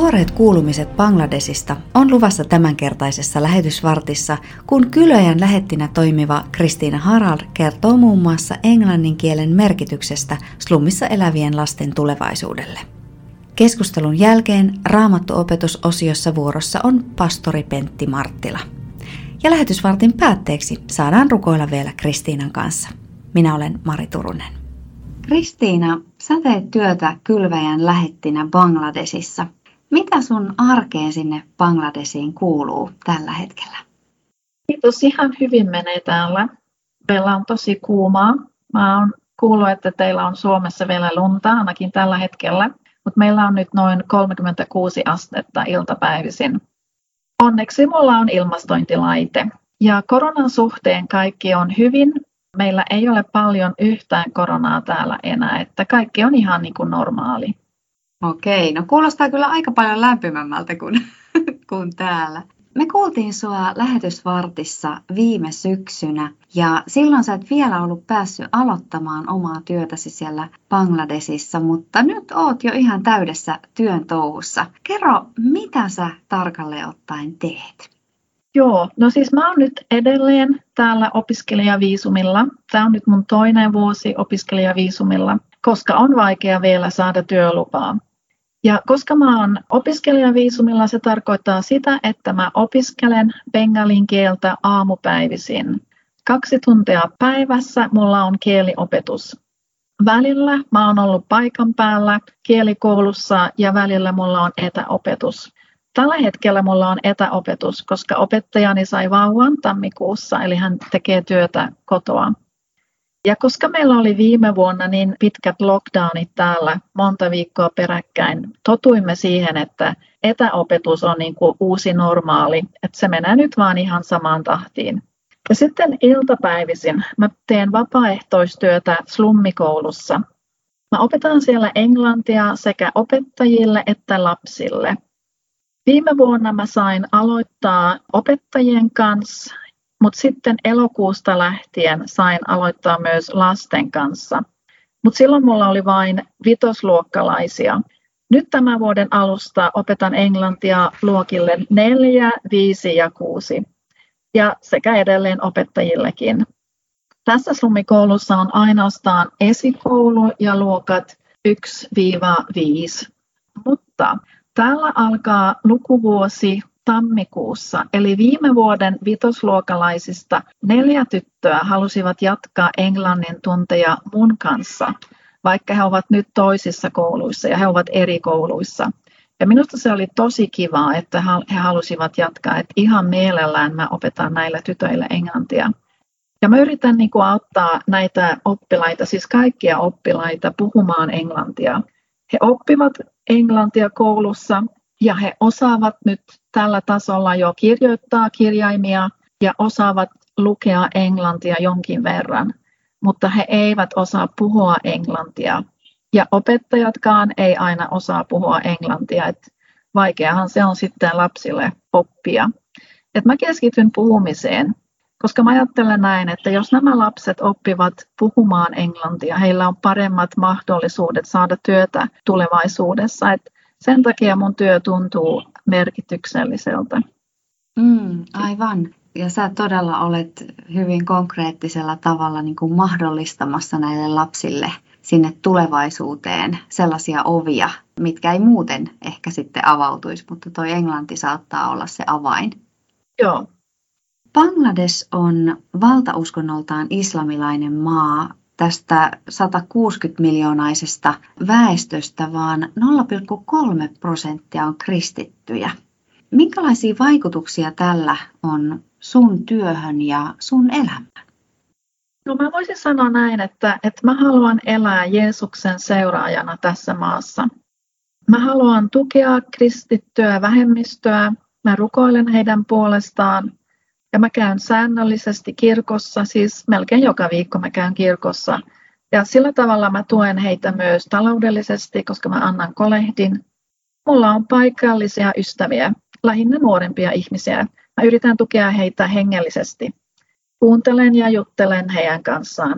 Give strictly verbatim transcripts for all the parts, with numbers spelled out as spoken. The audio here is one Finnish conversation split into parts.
Tuoreet kuulumiset Bangladesista on luvassa tämänkertaisessa lähetysvartissa, kun Kylväjän lähettinä toimiva Kristiina Harald kertoo muun muassa englannin kielen merkityksestä slummissa elävien lasten tulevaisuudelle. Keskustelun jälkeen Raamattuopetusosiossa vuorossa on pastori Pentti Marttila. Ja lähetysvartin päätteeksi saadaan rukoilla vielä Kristiinan kanssa. Minä olen Mari Turunen. Kristiina, sä teet työtä Kylväjän lähettinä Bangladesissa. Mitä sun arkeen sinne Bangladesiin kuuluu tällä hetkellä? Kiitos, ihan hyvin menee täällä. Meillä on tosi kuumaa. Mä oon kuullut, että teillä on Suomessa vielä lunta, ainakin tällä hetkellä. Mutta meillä on nyt noin kolmekymmentäkuusi astetta iltapäivisin. Onneksi mulla on ilmastointilaite. Ja koronan suhteen kaikki on hyvin. Meillä ei ole paljon yhtään koronaa täällä enää, että kaikki on ihan niin kuin normaali. Okei, no kuulostaa kyllä aika paljon lämpimämmältä kuin, kuin täällä. Me kuultiin sua lähetysvartissa viime syksynä ja silloin sä et vielä ollut päässyt aloittamaan omaa työtäsi siellä Bangladesissa, mutta nyt oot jo ihan täydessä työn touhussa. Kerro, mitä sä tarkalleen ottaen teet? Joo, no siis mä oon nyt edelleen täällä opiskelijaviisumilla. Tämä on nyt mun toinen vuosi opiskelijaviisumilla, koska on vaikea vielä saada työlupaa. Ja koska mä oon opiskelijaviisumilla, se tarkoittaa sitä, että mä opiskelen bengalin kieltä aamupäivisin. Kaksi tuntia päivässä mulla on kieliopetus. Välillä mä oon ollut paikan päällä kielikoulussa ja välillä mulla on etäopetus. Tällä hetkellä mulla on etäopetus, koska opettajani sai vauvan tammikuussa, eli hän tekee työtä kotoa. Ja koska meillä oli viime vuonna niin pitkät lockdownit täällä monta viikkoa peräkkäin, totuimme siihen, että etäopetus on niin kuin uusi normaali, että se menee nyt vaan ihan samaan tahtiin. Ja sitten iltapäivisin mä teen vapaaehtoistyötä slummikoulussa. Mä opetan siellä englantia sekä opettajille että lapsille. Viime vuonna mä sain aloittaa opettajien kanssa, mutta sitten elokuusta lähtien sain aloittaa myös lasten kanssa. Mutta silloin mulla oli vain vitosluokkalaisia. Nyt tämän vuoden alusta opetan englantia luokille neljä, viisi ja kuusi. Ja sekä edelleen opettajillekin. Tässä slummikoulussa on ainoastaan esikoulu ja luokat yksi viisi. Mutta täällä alkaa lukuvuosi tammikuussa, eli viime vuoden vitosluokalaisista neljä tyttöä halusivat jatkaa englannin tunteja mun kanssa, vaikka he ovat nyt toisissa kouluissa ja he ovat eri kouluissa. Ja minusta se oli tosi kivaa, että he halusivat jatkaa, että ihan mielellään mä opetan näille tytöille englantia. Ja mä yritän niin kuin auttaa näitä oppilaita, siis kaikkia oppilaita puhumaan englantia. He oppivat englantia koulussa ja he osaavat nyt tällä tasolla jo kirjoittaa kirjaimia ja osaavat lukea englantia jonkin verran, mutta he eivät osaa puhua englantia. Ja opettajatkaan ei aina osaa puhua englantia, että vaikeahan se on sitten lapsille oppia. Et mä keskityn puhumiseen, koska mä ajattelen näin, että jos nämä lapset oppivat puhumaan englantia, heillä on paremmat mahdollisuudet saada työtä tulevaisuudessa. Et sen takia mun työ tuntuu merkitykselliseltä. Mm, aivan. Ja sä todella olet hyvin konkreettisella tavalla niin kuin mahdollistamassa näille lapsille sinne tulevaisuuteen sellaisia ovia, mitkä ei muuten ehkä sitten avautuisi, mutta toi englanti saattaa olla se avain. Joo. Bangladesh on valtauskonnoltaan islamilainen maa. Tästä sata kuusikymmentä miljoonaisesta väestöstä vaan nolla pilkku kolme prosenttia on kristittyjä. Minkälaisia vaikutuksia tällä on sun työhön ja sun elämään? No mä voisin sanoa näin, että, että mä haluan elää Jeesuksen seuraajana tässä maassa. Mä haluan tukea kristittyä vähemmistöä, mä rukoilen heidän puolestaan ja mä käyn säännöllisesti kirkossa, siis melkein joka viikko mä käyn kirkossa. Ja sillä tavalla mä tuen heitä myös taloudellisesti, koska mä annan kolehdin. Mulla on paikallisia ystäviä, lähinnä nuorempia ihmisiä. Mä yritän tukea heitä hengellisesti. Kuuntelen ja juttelen heidän kanssaan.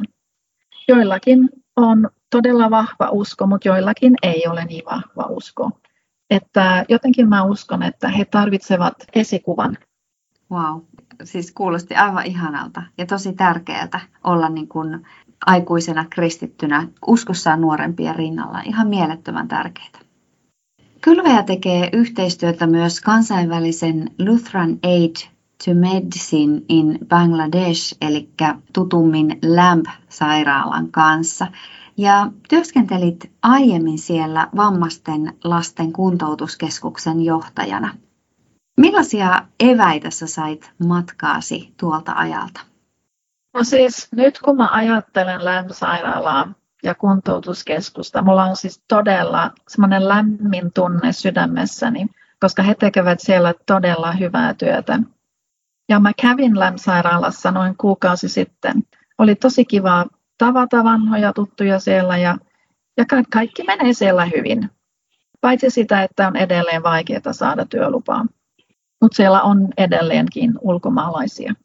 Joillakin on todella vahva usko, mutta joillakin ei ole niin vahva usko. Että jotenkin mä uskon, että he tarvitsevat esikuvan. Wow, siis kuulosti aivan ihanalta ja tosi tärkeältä olla niin kuin aikuisena kristittynä uskossaan nuorempien rinnalla. Ihan mielettömän tärkeää. Kylväjä tekee yhteistyötä myös kansainvälisen Lutheran Aid to Medicine in Bangladesh, eli tutummin L A M P-sairaalan kanssa. Ja työskentelit aiemmin siellä vammaisten lasten kuntoutuskeskuksen johtajana. Millaisia eväitä sä sait matkaasi tuolta ajalta? No siis nyt kun mä ajattelen L A M P-sairaalaa ja kuntoutuskeskusta, mulla on siis todella semmoinen lämmin tunne sydämessäni, koska he tekevät siellä todella hyvää työtä. Ja mä kävin L A M P-sairaalassa noin kuukausi sitten. Oli tosi kiva tavata vanhoja tuttuja siellä ja, ja kaikki menee siellä hyvin. Paitsi sitä, että on edelleen vaikeaa saada työlupaa. Mutta siellä on edelleenkin ulkomaalaisia.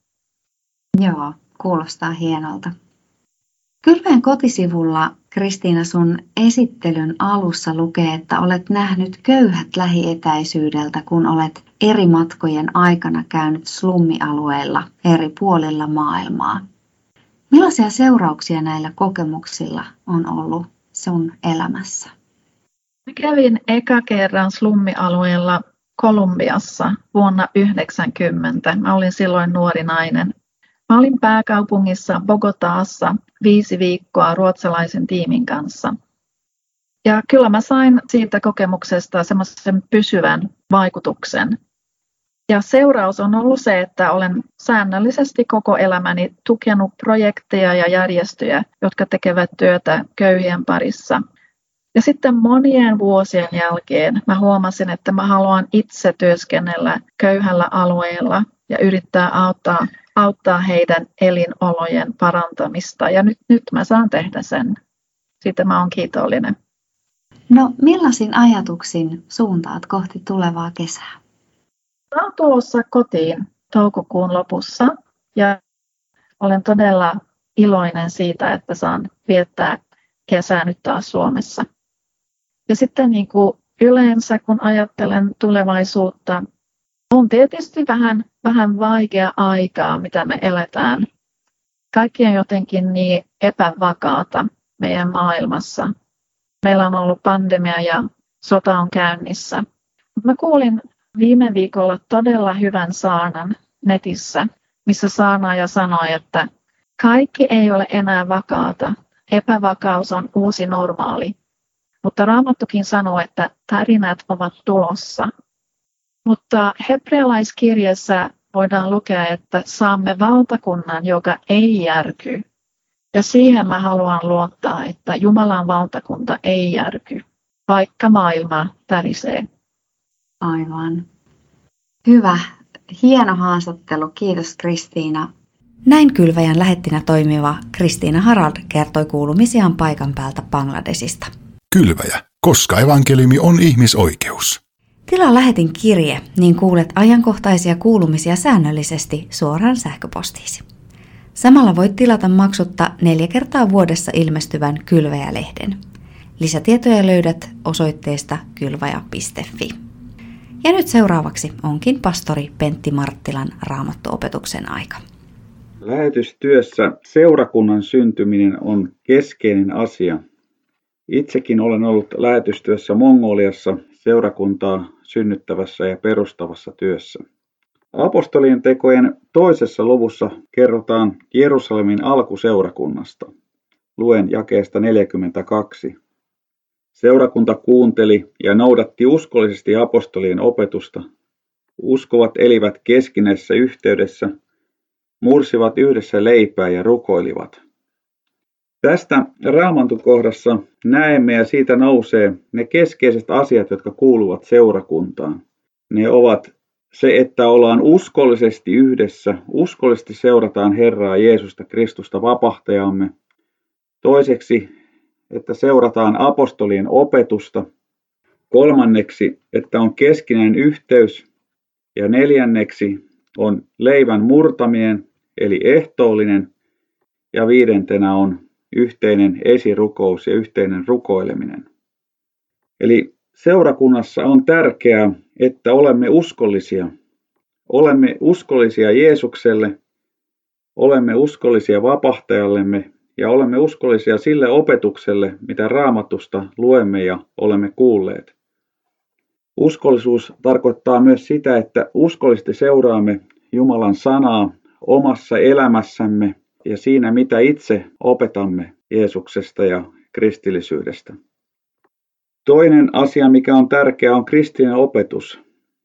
Joo, kuulostaa hienolta. Kylväjän kotisivulla, Kristiina, sun esittelyn alussa lukee, että olet nähnyt köyhät lähietäisyydeltä, kun olet eri matkojen aikana käynyt slummialueilla eri puolilla maailmaa. Millaisia seurauksia näillä kokemuksilla on ollut sun elämässä? Mä kävin eka kerran slummialueella Kolumbiassa vuonna yhdeksänkymmentä. Mä olin silloin nuori nainen. Mä olin pääkaupungissa Bogotaassa viisi viikkoa ruotsalaisen tiimin kanssa. Ja kyllä mä sain siitä kokemuksesta semmoisen pysyvän vaikutuksen. Ja seuraus on ollut se, että olen säännöllisesti koko elämäni tukenut projekteja ja järjestöjä, jotka tekevät työtä köyhien parissa. Ja sitten monien vuosien jälkeen mä huomasin, että mä haluan itse työskennellä köyhällä alueella ja yrittää auttaa, auttaa heidän elinolojen parantamista. Ja nyt, nyt mä saan tehdä sen. Siitä mä oon kiitollinen. No, millaisin ajatuksin suuntaat kohti tulevaa kesää? Mä oon tulossa kotiin toukokuun lopussa ja olen todella iloinen siitä, että saan viettää kesää nyt taas Suomessa. Ja sitten niin kuin yleensä, kun ajattelen tulevaisuutta, on tietysti vähän, vähän vaikea aikaa, mitä me eletään. Kaikki on jotenkin niin epävakaata meidän maailmassa. Meillä on ollut pandemia ja sota on käynnissä. Mä kuulin viime viikolla todella hyvän saarnan netissä, missä saarnaaja sanoi, että kaikki ei ole enää vakaata. Epävakaus on uusi normaali. Mutta Raamattukin sanoo, että tarinat ovat tulossa. Mutta hebrealaiskirjassa voidaan lukea, että saamme valtakunnan, joka ei järky. Ja siihen mä haluan luottaa, että Jumalan valtakunta ei järky, vaikka maailma tärisee. Aivan. Hyvä. Hieno haastattelu. Kiitos, Kristiina. Näin Kylväjän lähettinä toimiva Kristiina Harald kertoi kuulumisiaan paikan päältä Bangladesista. Kylväjä, koska evankeliumi on ihmisoikeus. Tilaa lähetin kirje, niin kuulet ajankohtaisia kuulumisia säännöllisesti suoraan sähköpostiisi. Samalla voit tilata maksutta neljä kertaa vuodessa ilmestyvän Kylväjä-lehden. Lisätietoja löydät osoitteesta kylvaja piste fi. Ja nyt seuraavaksi onkin pastori Pentti Marttilan raamattuopetuksen aika. Lähetystyössä seurakunnan syntyminen on keskeinen asia. Itsekin olen ollut lähetystyössä Mongoliassa seurakuntaa synnyttävässä ja perustavassa työssä. Apostolien tekojen toisessa luvussa kerrotaan Jerusalemin alkuseurakunnasta. Luen jakeesta neljäkymmentäkaksi. Seurakunta kuunteli ja noudatti uskollisesti apostolien opetusta. Uskovat elivät keskinäisessä yhteydessä, mursivat yhdessä leipää ja rukoilivat. Tästä raamattukohdassa näemme ja siitä nousee ne keskeiset asiat, jotka kuuluvat seurakuntaan. Ne ovat se, että ollaan uskollisesti yhdessä, uskollisesti seurataan Herraa Jeesusta Kristusta vapahtajamme. Toiseksi, että seurataan apostolien opetusta. Kolmanneksi, että on keskinen yhteys. Ja neljänneksi on leivän murtaminen, eli ehtoollinen. Ja viidentenä on yhteinen esirukous ja yhteinen rukoileminen. Eli Seurakunnassa on tärkeää, että olemme uskollisia. Olemme uskollisia Jeesukselle, olemme uskollisia vapahtajallemme ja olemme uskollisia sille opetukselle, mitä Raamatusta luemme ja olemme kuulleet. Uskollisuus tarkoittaa myös sitä, että uskollisesti seuraamme Jumalan sanaa omassa elämässämme ja siinä, mitä itse opetamme Jeesuksesta ja kristillisyydestä. Toinen asia, mikä on tärkeä, on kristillinen opetus.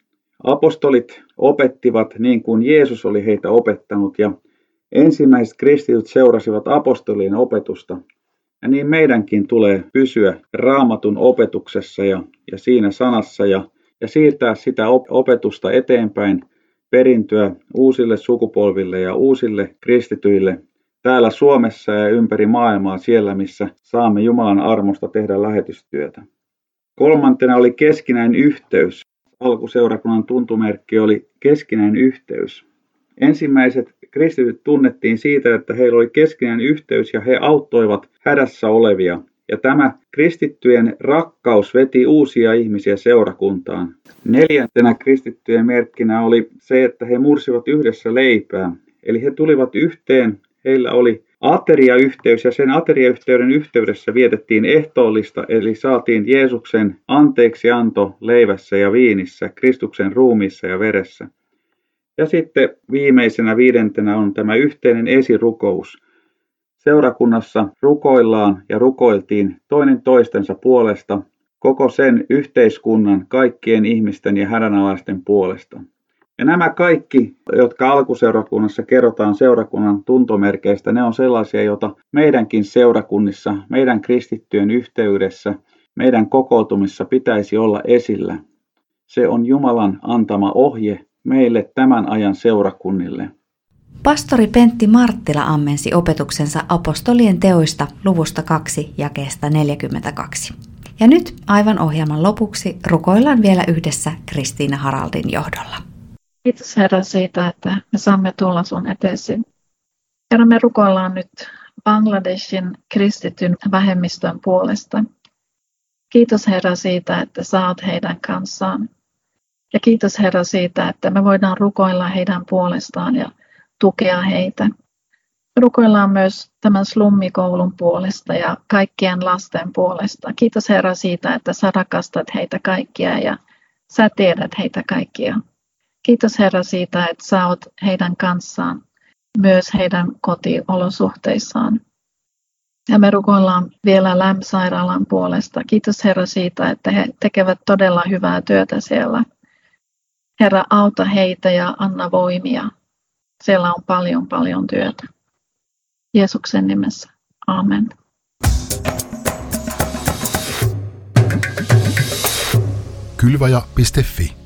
Apostolit opettivat niin kuin Jeesus oli heitä opettanut ja ensimmäiset kristityt seurasivat apostolien opetusta. Ja niin meidänkin tulee pysyä Raamatun opetuksessa ja, ja siinä sanassa ja, ja siirtää sitä opetusta eteenpäin, perintöä uusille sukupolville ja uusille kristityille täällä Suomessa ja ympäri maailmaa siellä, missä saamme Jumalan armosta tehdä lähetystyötä. Kolmantena oli keskinäinen yhteys. Alkuseurakunnan tuntomerkki oli keskinäinen yhteys. Ensimmäiset kristityt tunnettiin siitä, että heillä oli keskinäinen yhteys ja he auttoivat hädässä olevia. Ja tämä kristittyjen rakkaus veti uusia ihmisiä seurakuntaan. Neljäntenä kristittyjen merkkinä oli se, että he mursivat yhdessä leipää. Eli he tulivat yhteen, heillä oli ateriayhteys ja sen ateriayhteyden yhteydessä vietettiin ehtoollista, eli saatiin Jeesuksen anteeksianto leivässä ja viinissä, Kristuksen ruumiissa ja veressä. Ja sitten viimeisenä viidentenä on tämä yhteinen esirukous. Seurakunnassa rukoillaan ja rukoiltiin toinen toistensa puolesta, koko sen yhteiskunnan, kaikkien ihmisten ja hädänalaisten puolesta. Ja nämä kaikki, jotka alkuseurakunnassa kerrotaan seurakunnan tuntomerkeistä, ne on sellaisia, joita meidänkin seurakunnissa, meidän kristittyjen yhteydessä, meidän kokoutumissa pitäisi olla esillä. Se on Jumalan antama ohje meille tämän ajan seurakunnille. Pastori Pentti Marttila ammensi opetuksensa apostolien teoista luvusta kaksi jakeesta neljäkymmentäkaksi. Ja nyt aivan ohjelman lopuksi rukoillaan vielä yhdessä Kristiina Haraldin johdolla. Kiitos Herra siitä, että me saamme tulla sun eteesi. Herra, me rukoillaan nyt Bangladeshin kristityn vähemmistön puolesta. Kiitos Herra siitä, että sä oot heidän kanssaan. Ja kiitos Herra siitä, että me voidaan rukoilla heidän puolestaan ja tukea heitä. Rukoillaan myös tämän slummikoulun puolesta ja kaikkien lasten puolesta. Kiitos Herra siitä, että sä rakastat heitä kaikkia ja sä tiedät heitä kaikkia. Kiitos Herra siitä, että sä oot heidän kanssaan, myös heidän kotiolosuhteissaan. Ja me rukoillaan vielä Läm-sairaalan puolesta. Kiitos Herra siitä, että he tekevät todella hyvää työtä siellä. Herra, auta heitä ja anna voimia. Siellä on paljon, paljon työtä. Jeesuksen nimessä. Amen. Kylvaja piste fi